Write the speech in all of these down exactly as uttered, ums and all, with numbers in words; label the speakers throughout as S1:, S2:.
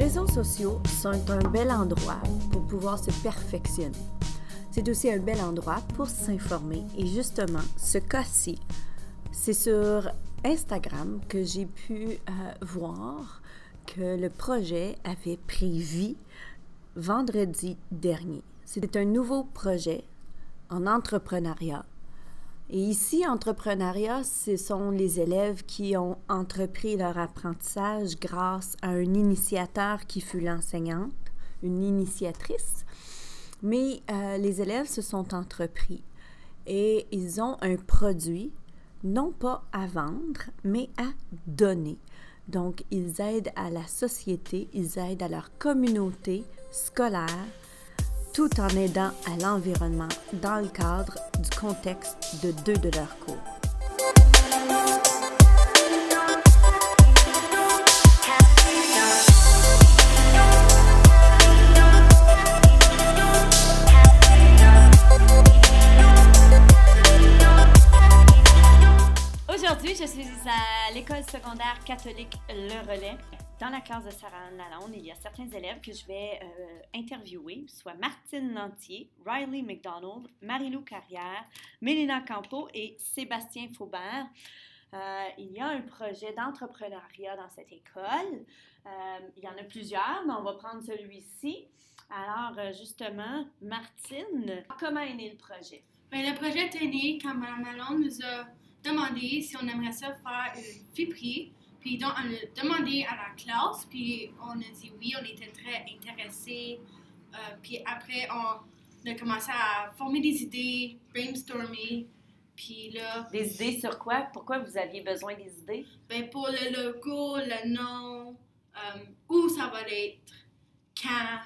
S1: réseaux sociaux sont un bel endroit pour pouvoir se perfectionner. C'est aussi un bel endroit pour s'informer. Et justement, ce cas-ci, c'est sur Instagram que j'ai pu euh, voir que le projet avait pris vie vendredi dernier. C'est un nouveau projet en entrepreneuriat. Et ici, entrepreneuriat, ce sont les élèves qui ont entrepris leur apprentissage grâce à un initiateur qui fut l'enseignante, une initiatrice. Mais euh, les élèves se sont entrepris et ils ont un produit, non pas à vendre, mais à donner. Donc, ils aident à la société, ils aident à leur communauté scolaire, tout en aidant à l'environnement dans le cadre du contexte de deux de leurs cours.
S2: Aujourd'hui, je suis à l'école secondaire catholique Le Relais. Dans la classe de Sarah Lalonde, il y a certains élèves que je vais euh, interviewer, soit Martine Lantier, Riley McDonald, Marie-Lou Carrière, Mélina Campo et Sébastien Faubert. Euh, il y a un projet d'entrepreneuriat dans cette école. Euh, il y en a plusieurs, mais on va prendre celui-ci. Alors, justement, Martine, comment est né le projet?
S3: Bien, le projet est né quand Mme Lalonde nous a demandé si on aimerait ça faire une friperie. Puis donc, on a demandé à la classe, puis on a dit oui, on était très intéressés. Euh, puis après, on a commencé à former des idées, brainstormer. Puis là...
S2: Des idées sur quoi? Pourquoi vous aviez besoin des idées?
S3: Bien, pour le logo, le nom, euh, où ça va être, quand...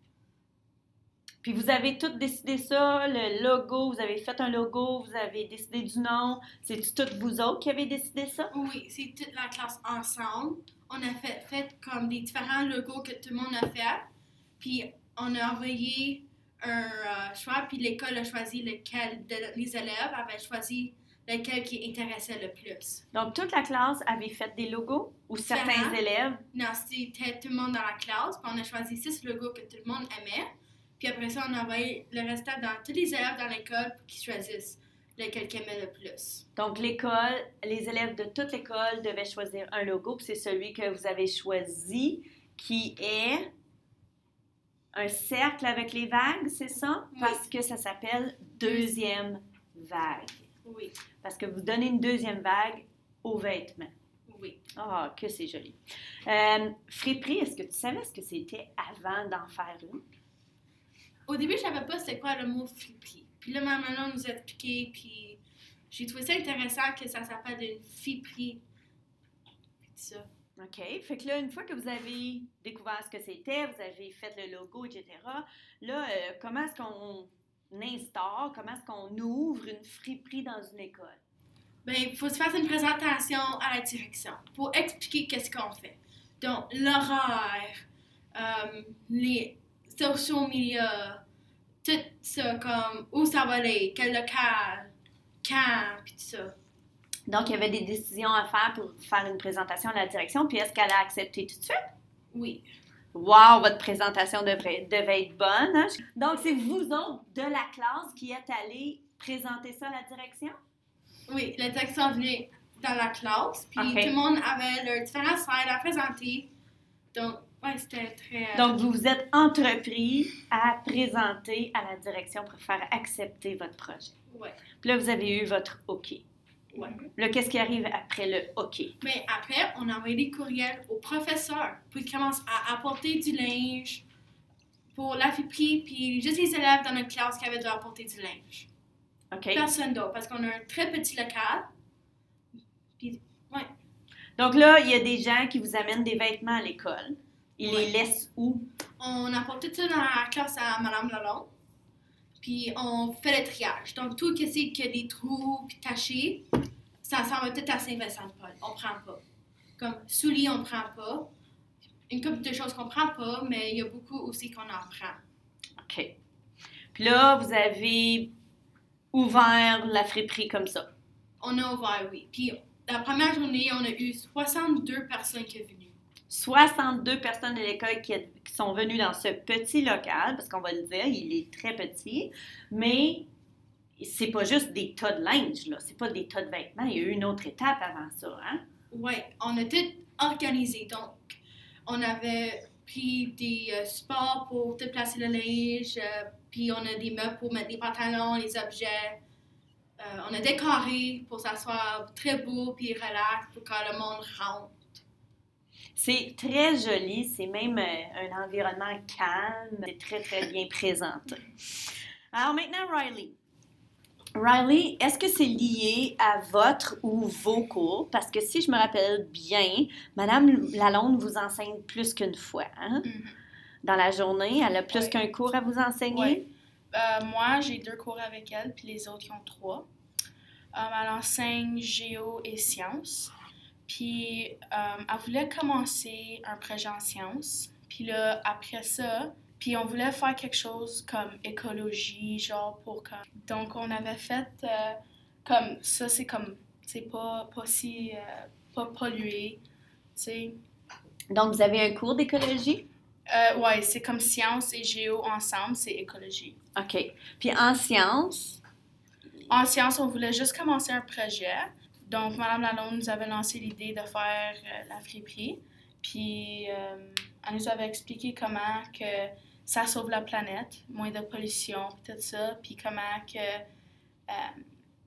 S2: Puis vous avez tous décidé ça, le logo, vous avez fait un logo, vous avez décidé du nom. C'est-tu toutes vous autres qui avez décidé ça?
S3: Oui, c'est toute la classe ensemble. On a fait, fait comme des différents logos que tout le monde a fait. Puis on a envoyé un euh, choix, puis l'école a choisi lequel, de, les élèves avaient choisi lequel qui intéressait le plus.
S2: Donc toute la classe avait fait des logos ou certains Différent. élèves?
S3: Non, c'était tout le monde dans la classe. Puis on a choisi six logos que tout le monde aimait. Puis après ça, on a envoyé le restant dans tous les élèves dans l'école pour qu'ils choisissent lequel qu'ils aimaient le plus.
S2: Donc, l'école, les élèves de toute l'école devaient choisir un logo, puis c'est celui que vous avez choisi, qui est un cercle avec les vagues, c'est ça?
S3: Oui.
S2: Parce que ça s'appelle deuxième vague.
S3: Oui.
S2: Parce que vous donnez une deuxième vague aux vêtements.
S3: Oui.
S2: Ah, oh, que c'est joli. Euh, friperie, est-ce que tu savais ce que c'était avant d'en faire une?
S3: Au début, je ne savais pas c'était quoi le mot friperie. Puis là, ma maman nous a expliqué, puis j'ai trouvé ça intéressant que ça s'appelle une friperie. Puis ça.
S2: OK. Fait que là, une fois que vous avez découvert ce que c'était, vous avez fait le logo, et cetera, là, euh, comment est-ce qu'on instaure, comment est-ce qu'on ouvre une friperie dans une école?
S3: Bien, il faut se faire une présentation à la direction pour expliquer qu'est-ce qu'on fait. Donc, l'horaire, euh, les... social media, tout ça, comme où ça va aller, quel local, quand, puis tout ça.
S2: Donc, il y avait des décisions à faire pour faire une présentation à la direction, puis est-ce qu'elle a accepté tout de suite?
S3: Oui.
S2: Wow, votre présentation devrait, devait être bonne. Hein? Donc, c'est vous autres de la classe qui êtes allés présenter ça à la direction?
S3: Oui, la direction venait dans la classe, puis
S2: okay.
S3: tout le monde avait leurs différents slides à présenter. Donc, ouais, c'était très...
S2: Donc, vous vous êtes entrepris à présenter à la direction pour faire accepter votre projet.
S3: Oui.
S2: Puis là, vous avez eu votre OK.
S3: Oui.
S2: Là, qu'est-ce qui arrive après le OK?
S3: Mais après, on a envoyé des courriels au professeur. Puis il commence à apporter du linge pour la friperie, puis juste les élèves dans notre classe qui avaient dû apporter du linge.
S2: OK.
S3: Personne d'autre, parce qu'on a un très petit local. Puis, ouais.
S2: Donc là, il y a des gens qui vous amènent des vêtements à l'école. Ils
S3: ouais.
S2: les laissent où?
S3: On apporte tout ça dans la classe à Mme Lalonde. Puis on fait le triage. Donc tout ce qui a des trous puis tachés, ça s'en va tout à Saint-Vincent-de-Paul. On prend pas. Comme souliers, on prend pas. Une couple de choses qu'on prend pas, mais il y a beaucoup aussi qu'on en prend.
S2: OK. Puis là, vous avez ouvert la friperie comme ça?
S3: On a ouvert, oui. Puis la première journée, on a eu soixante-deux personnes qui sont venues.
S2: soixante-deux personnes de l'école qui, qui sont venues dans ce petit local, parce qu'on va le dire, il est très petit, mais c'est pas juste des tas de linge, là. C'est pas des tas de vêtements. Il y a eu une autre étape avant ça, hein?
S3: Oui, on a tout organisé. Donc, on avait pris des euh, supports pour tout placer le linge, euh, puis on a des meubles pour mettre les pantalons, les objets. Euh, on a décoré pour que ça soit très beau puis relax pour que le monde rentre.
S2: C'est très joli, c'est même euh, un environnement calme, c'est très, très bien présenté. Alors maintenant, Riley. Riley, est-ce que c'est lié à votre ou vos cours? Parce que si je me rappelle bien, Madame Lalonde vous enseigne plus qu'une fois, hein? Mm-hmm. Dans la journée, elle a plus oui. qu'un cours à vous enseigner?
S4: Oui. Euh, moi, j'ai deux cours avec elle, puis les autres, ils ont trois. Euh, elle enseigne géo et sciences. Puis, euh, elle voulait commencer un projet en sciences. Puis là, après ça, puis on voulait faire quelque chose comme écologie, genre pour comme... Donc, on avait fait euh, comme... Ça, c'est comme... C'est pas, pas si... Euh, pas pollué, tu sais.
S2: Donc, vous avez un cours d'écologie?
S4: Euh, ouais, c'est comme sciences et géo ensemble, c'est écologie.
S2: OK. Puis en sciences?
S4: En sciences, on voulait juste commencer un projet. Donc, Mme Lalonde nous avait lancé l'idée de faire euh, la friperie. Puis, euh, elle nous avait expliqué comment que ça sauve la planète, moins de pollution, puis tout ça. Puis comment que euh,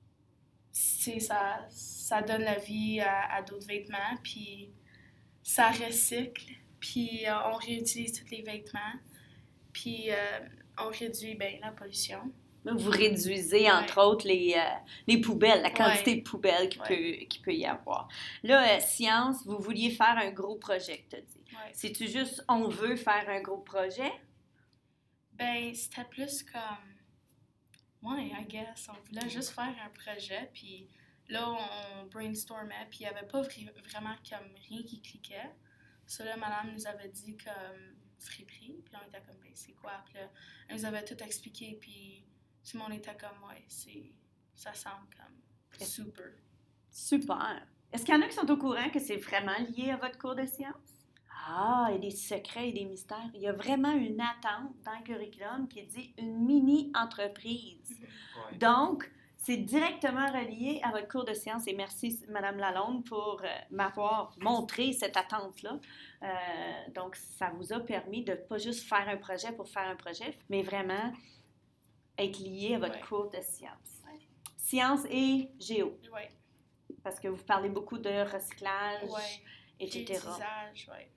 S4: c'est, ça, ça donne la vie à, à d'autres vêtements. Puis, ça recycle. Puis, euh, on réutilise tous les vêtements. Puis, euh, on réduit bien la pollution.
S2: Vous réduisez, entre ouais. autres, les, euh, les poubelles, la quantité ouais. de poubelles qu'il,
S4: ouais.
S2: peut, qu'il peut y avoir. Là, euh, science, vous vouliez faire un gros projet, que tu as dit.
S4: Ouais.
S2: C'est-tu juste, on veut faire un gros projet?
S4: Ben, c'était plus comme... Ouais, I guess. On voulait juste faire un projet, puis là, on brainstormait, puis il n'y avait pas vri- vraiment comme rien qui cliquait. Ça, là, madame nous avait dit comme friperie, puis on était comme, ben, c'est quoi? Puis là, elle nous avait tout expliqué, puis... Tout le monde était comme, ouais, c'est, ça semble comme super.
S2: Super. Est-ce qu'il y en a qui sont au courant que c'est vraiment lié à votre cours de sciences? Ah, il y a des secrets et des mystères. Il y a vraiment une attente dans le curriculum qui dit une mini-entreprise. Ouais. Donc, c'est directement relié à votre cours de sciences. Et merci, Mme Lalonde, pour euh, m'avoir montré cette attente-là. Euh, donc, ça vous a permis de ne pas juste faire un projet pour faire un projet, mais vraiment... être lié à votre ouais. cours de sciences. Ouais. Sciences et géo.
S4: Oui.
S2: Parce que vous parlez beaucoup de recyclage,
S4: ouais.
S2: et cetera.
S4: Réutilisage, oui.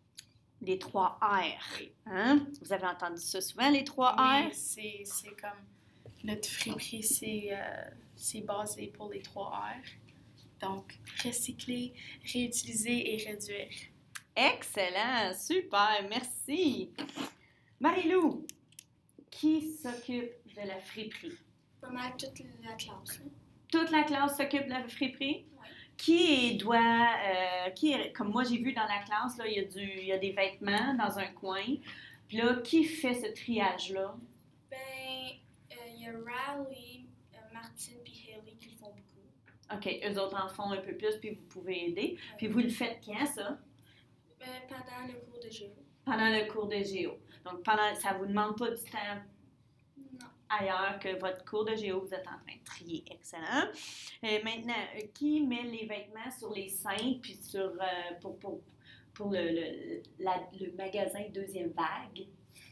S2: Les trois R.
S4: Oui.
S2: Hein? Vous avez entendu ça souvent, les trois
S4: oui,
S2: R?
S4: Oui, c'est, c'est comme... Notre friperie, c'est, euh, c'est basé pour les trois R. Donc, recycler, réutiliser et réduire.
S2: Excellent! Super! Merci! Marie-Lou, qui s'occupe de la friperie?
S5: Pas mal toute la classe. Hein?
S2: Toute la classe s'occupe de la friperie?
S5: Oui.
S2: Qui doit, euh, qui est, comme moi j'ai vu dans la classe, là, il y a du, il y a des vêtements dans un coin. Puis là, qui fait ce triage-là?
S5: Ben, il euh, y a Riley, euh, Martine et Haley qui le font beaucoup.
S2: OK, eux autres en font un peu plus, puis vous pouvez aider. Oui. Puis vous le faites quand, ça?
S5: Ben, pendant le cours de géo.
S2: Pendant le cours de géo. Donc, pendant, ça ne vous demande pas du temps
S5: non.
S2: ailleurs que votre cours de géo, vous êtes en train de trier. Excellent. Euh, maintenant, euh, qui met les vêtements sur les cintres puis sur, euh, pour, pour, pour le, le, la, le magasin Deuxième Vague?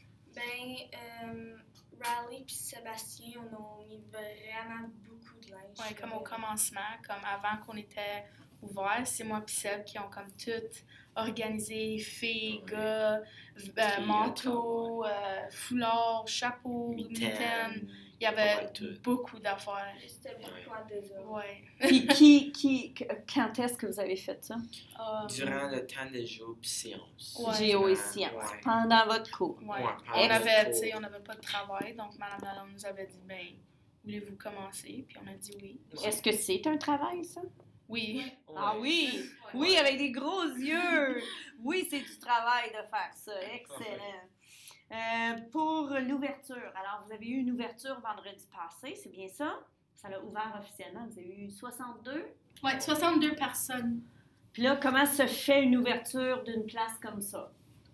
S5: Ben, euh, Riley et Sébastien, on a mis vraiment beaucoup de linge.
S4: Oui, comme au commencement, comme avant qu'on était ouvert, c'est moi et Seb qui ont comme tout organisé, filles, gars, euh, manteau, euh, foulard, chapeau, mitaine. Il y avait beaucoup d'affaires.
S5: C'était beaucoup en désordre.
S4: Ouais.
S2: Puis qui, qui, quand est-ce que vous avez fait ça?
S6: Um, Durant le temps de géo et sciences.
S2: Ouais. Géo et sciences, ouais. Pendant votre cours.
S4: Ouais. Ouais, on avait, tu sais, on n'avait pas de travail, donc Mme Lalonde nous avait dit, ben, voulez-vous commencer? Puis on a dit oui.
S2: Est-ce que c'est un travail, ça?
S4: Oui.
S2: Ouais. Ah oui! Ouais. Oui, avec des gros yeux! Oui, c'est du travail de faire ça. Excellent. Euh, pour l'ouverture, alors vous avez eu une ouverture vendredi passé, c'est bien ça? Ça l'a ouvert officiellement, vous avez eu soixante-deux?
S3: Oui, soixante-deux personnes.
S2: Puis là, comment se fait une ouverture d'une place comme ça?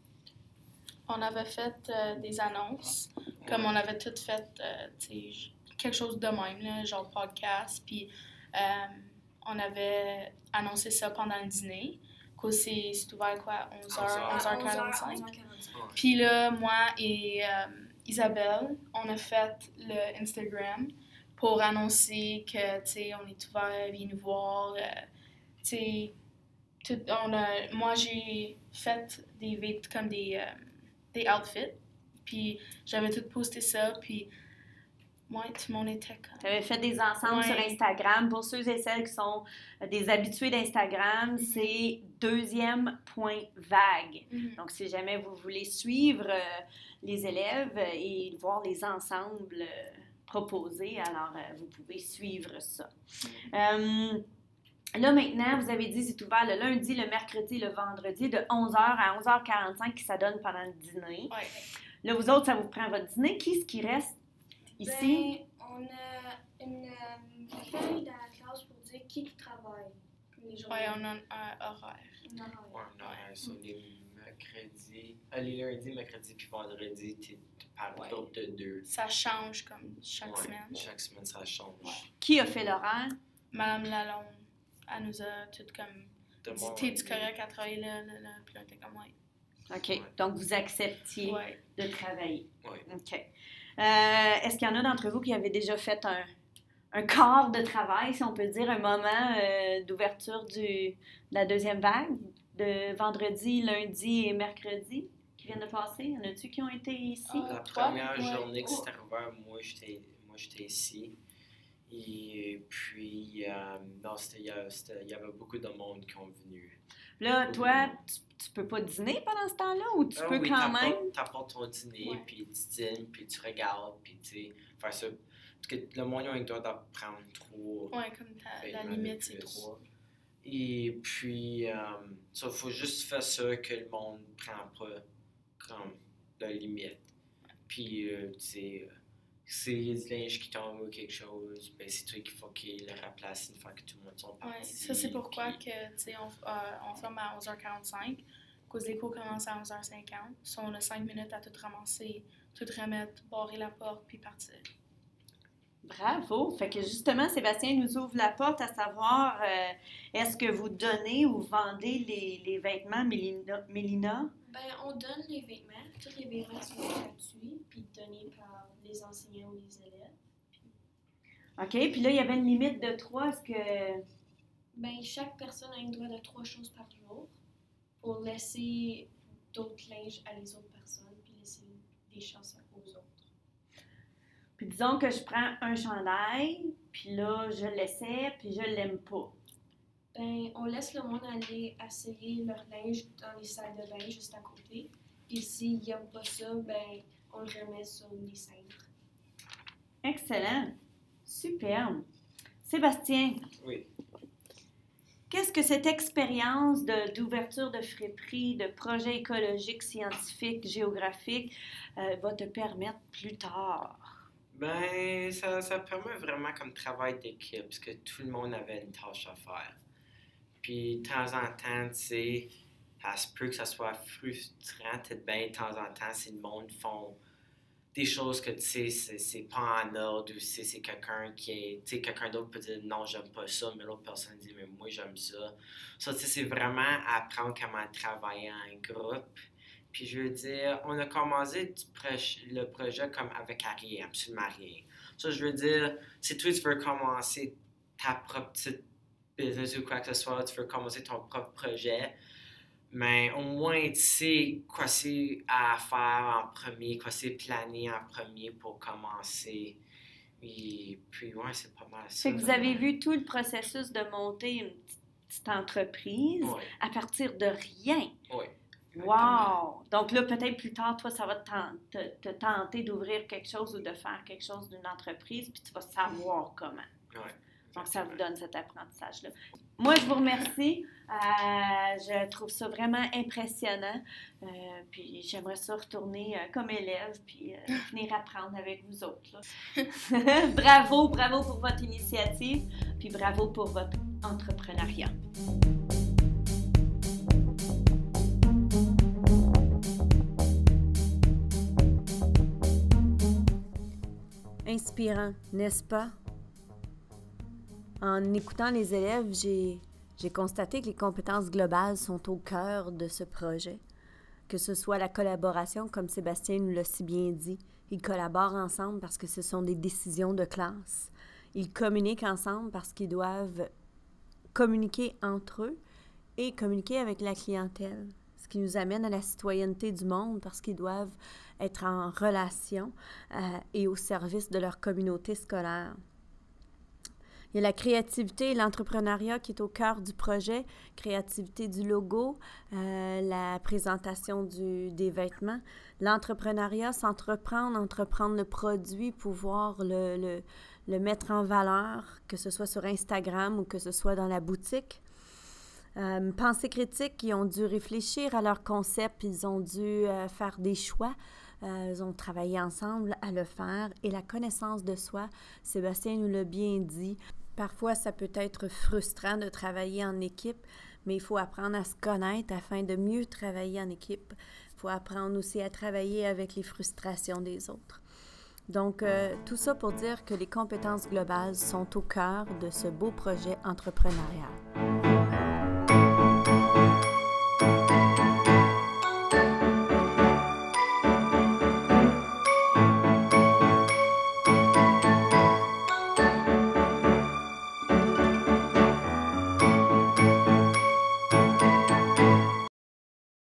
S4: On avait fait euh, des annonces, comme on avait toutes fait, euh, tu sais, quelque chose de même, là, genre podcast, puis euh, on avait annoncé ça pendant le dîner, que c'est, c'est ouvert quoi, onze heures, onze heures quarante-cinq. Puis là, moi et euh, Isabelle, on a fait le Instagram pour annoncer que, tu sais, on est ouvert, viens nous voir, euh, tu sais, tout, on a, moi j'ai fait des vêtements comme des, euh, des outfits, puis j'avais tout posté ça, puis moi, tout le monde était comme...
S2: Tu avais fait des ensembles
S4: Ouais.
S2: sur Instagram. Pour ceux et celles qui sont des habitués d'Instagram,
S4: Mm-hmm.
S2: c'est deuxième point vague.
S4: Mm-hmm.
S2: Donc, si jamais vous voulez suivre euh, les élèves et voir les ensembles euh, proposés, alors euh, vous pouvez suivre ça. Euh, là, maintenant, vous avez dit c'est ouvert le lundi, le mercredi, le vendredi, de onze heures à onze heures quarante-cinq, qui ça donne pendant le dîner.
S4: Ouais.
S2: Là, vous autres, ça vous prend votre dîner. Qui est-ce qui reste ici?
S5: Ben, on a une euh, feuille dans la classe pour dire qui qui travaille. Les journées.
S4: Ouais, on a un, un horaire.
S5: Un horaire.
S6: Ouais, non, ouais, sur les mercredis, ah, les lundis, mercredis puis vendredis, t'es par
S4: Ouais.
S6: groupe de deux.
S4: Ça change comme chaque
S6: Ouais,
S4: semaine.
S6: chaque semaine, ça change.
S2: Qui a fait l'horaire?
S4: Madame Lalonde, elle nous a tout comme
S6: De
S4: dit
S6: mon-
S4: t'es-tu correct à travailler là, là, là, puis là, t'es comme ouais.
S2: OK.
S6: Ouais.
S2: Donc, vous acceptiez
S4: Ouais.
S2: de travailler.
S6: Ouais.
S2: OK. Euh, est-ce qu'il y en a d'entre vous qui avaient déjà fait un, un quart de travail, si on peut dire, un moment euh, d'ouverture du, de la deuxième vague, de vendredi, lundi et mercredi, qui viennent de passer? Y en a-tu qui ont été ici?
S4: Ah.
S6: La
S4: Toi?
S6: première
S4: Ouais.
S6: journée que
S4: Oh.
S6: c'était ouvert, moi j'étais, moi j'étais ici. Et puis, euh, non, c'était, il y a- c'était- il y avait beaucoup de monde qui ont venu.
S2: Là, toi, tu, tu peux pas dîner pendant ce temps-là ou tu
S6: Ah
S2: peux
S6: oui,
S2: quand
S6: t'apportes-
S2: même?
S6: T'apportes ton dîner,
S4: Ouais.
S6: puis tu dînes, puis tu regardes, puis tu sais, faire ça. Parce que le moyen, il doit d'en prendre trois.
S4: Ouais, comme ta, la
S6: Fait,
S4: limite,
S6: de
S4: c'est
S6: plus.
S4: trois.
S6: Et puis, euh, ça, faut juste faire ça que le monde ne prend pas comme la limite. Puis, euh, tu sais, euh, s'il y a du linge qui tombe ou quelque chose, ben c'est toi qu'il faut qu'il le remplace une fois que tout le monde sont partis.
S4: Ouais, ça c'est pourquoi
S6: Puis-
S4: que, tu sais, on, euh, on ferme à onze heures quarante-cinq, cause les cours commencent à onze heures cinquante. So, on a cinq minutes à tout ramasser, tout remettre, barrer la porte, puis partir.
S2: Bravo! Fait que justement, Sébastien nous ouvre la porte à savoir, euh, est-ce que vous donnez ou vendez les, les vêtements, Mélina? Mélina?
S5: Ben, on donne les vêtements. Tous les vêtements sont gratuits puis donnés par les enseignants ou les élèves.
S2: OK, puis là, il y avait une limite de trois. Est-ce que...
S5: Ben, chaque personne a le droit de trois choses par jour pour laisser d'autres linges à les autres personnes puis laisser des chances aux autres.
S2: Puis disons que je prends un chandail, puis là, je l'essaie, puis je l'aime pas.
S5: Ben, on laisse le monde aller essayer leur linge dans les salles de bain juste à côté. Puis s'il n'y a pas ça, ben, on le remet sur les cintres.
S2: Excellent! Superbe! Sébastien,
S6: Oui.
S2: qu'est-ce que cette expérience de, d'ouverture de friperie, de projet écologique, scientifique, géographique euh, va te permettre plus tard?
S6: Ben, ça, ça permet vraiment comme travail d'équipe, parce que tout le monde avait une tâche à faire. Puis, de temps en temps, tu sais, ça se peut que ça soit frustrant, peut-être bien, de temps en temps, si le monde font des choses que, tu sais, c'est, c'est pas en ordre, ou si c'est quelqu'un qui est, tu sais, quelqu'un d'autre peut dire non, j'aime pas ça, mais l'autre personne dit, mais moi, j'aime ça. Ça, tu sais, c'est vraiment apprendre comment travailler en groupe. Puis je veux dire, on a commencé du proj- le projet comme avec rien, absolument rien. Ça, je veux dire, si toi, tu veux commencer ta propre petite business ou quoi que ce soit, tu veux commencer ton propre projet, mais au moins, tu sais quoi c'est à faire en premier, quoi c'est plané en premier pour commencer. Et puis, ouais, c'est pas mal ça.
S2: Fait que vous avez vu tout le processus de monter une petite, petite entreprise
S6: Oui,
S2: à partir de rien.
S6: oui.
S2: Wow! Donc là, peut-être plus tard, toi, ça va te, ten- te- te tenter d'ouvrir quelque chose ou de faire quelque chose d'une entreprise, puis tu vas savoir comment.
S6: Ouais.
S2: Donc, ça vous donne cet apprentissage-là. Moi, je vous remercie. Euh, je trouve ça vraiment impressionnant. Euh, puis, j'aimerais ça retourner euh, comme élève, puis euh, venir apprendre avec vous autres. là. Bravo, bravo pour votre initiative, puis bravo pour votre entrepreneuriat.
S1: inspirant, n'est-ce pas? En écoutant les élèves, j'ai, j'ai constaté que les compétences globales sont au cœur de ce projet. Que ce soit la collaboration, comme Sébastien nous l'a si bien dit. Ils collaborent ensemble parce que ce sont des décisions de classe. Ils communiquent ensemble parce qu'ils doivent communiquer entre eux et communiquer avec la clientèle. Ce qui nous amène à la citoyenneté du monde parce qu'ils doivent être en relation euh, et au service de leur communauté scolaire. Il y a la créativité et l'entrepreneuriat qui est au cœur du projet, créativité du logo, euh, la présentation du, des vêtements. L'entrepreneuriat, s'entreprendre, entreprendre le produit, pouvoir le, le, le mettre en valeur, que ce soit sur Instagram ou que ce soit dans la boutique. Euh, pensée critique, ils ont dû réfléchir à leur concept, ils ont dû euh, faire des choix. Euh, ils ont travaillé ensemble à le faire. Et la connaissance de soi, Sébastien nous l'a bien dit. Parfois, ça peut être frustrant de travailler en équipe, mais il faut apprendre à se connaître afin de mieux travailler en équipe. Il faut apprendre aussi à travailler avec les frustrations des autres. Donc, euh, tout ça pour dire que les compétences globales sont au cœur de ce beau projet entrepreneurial.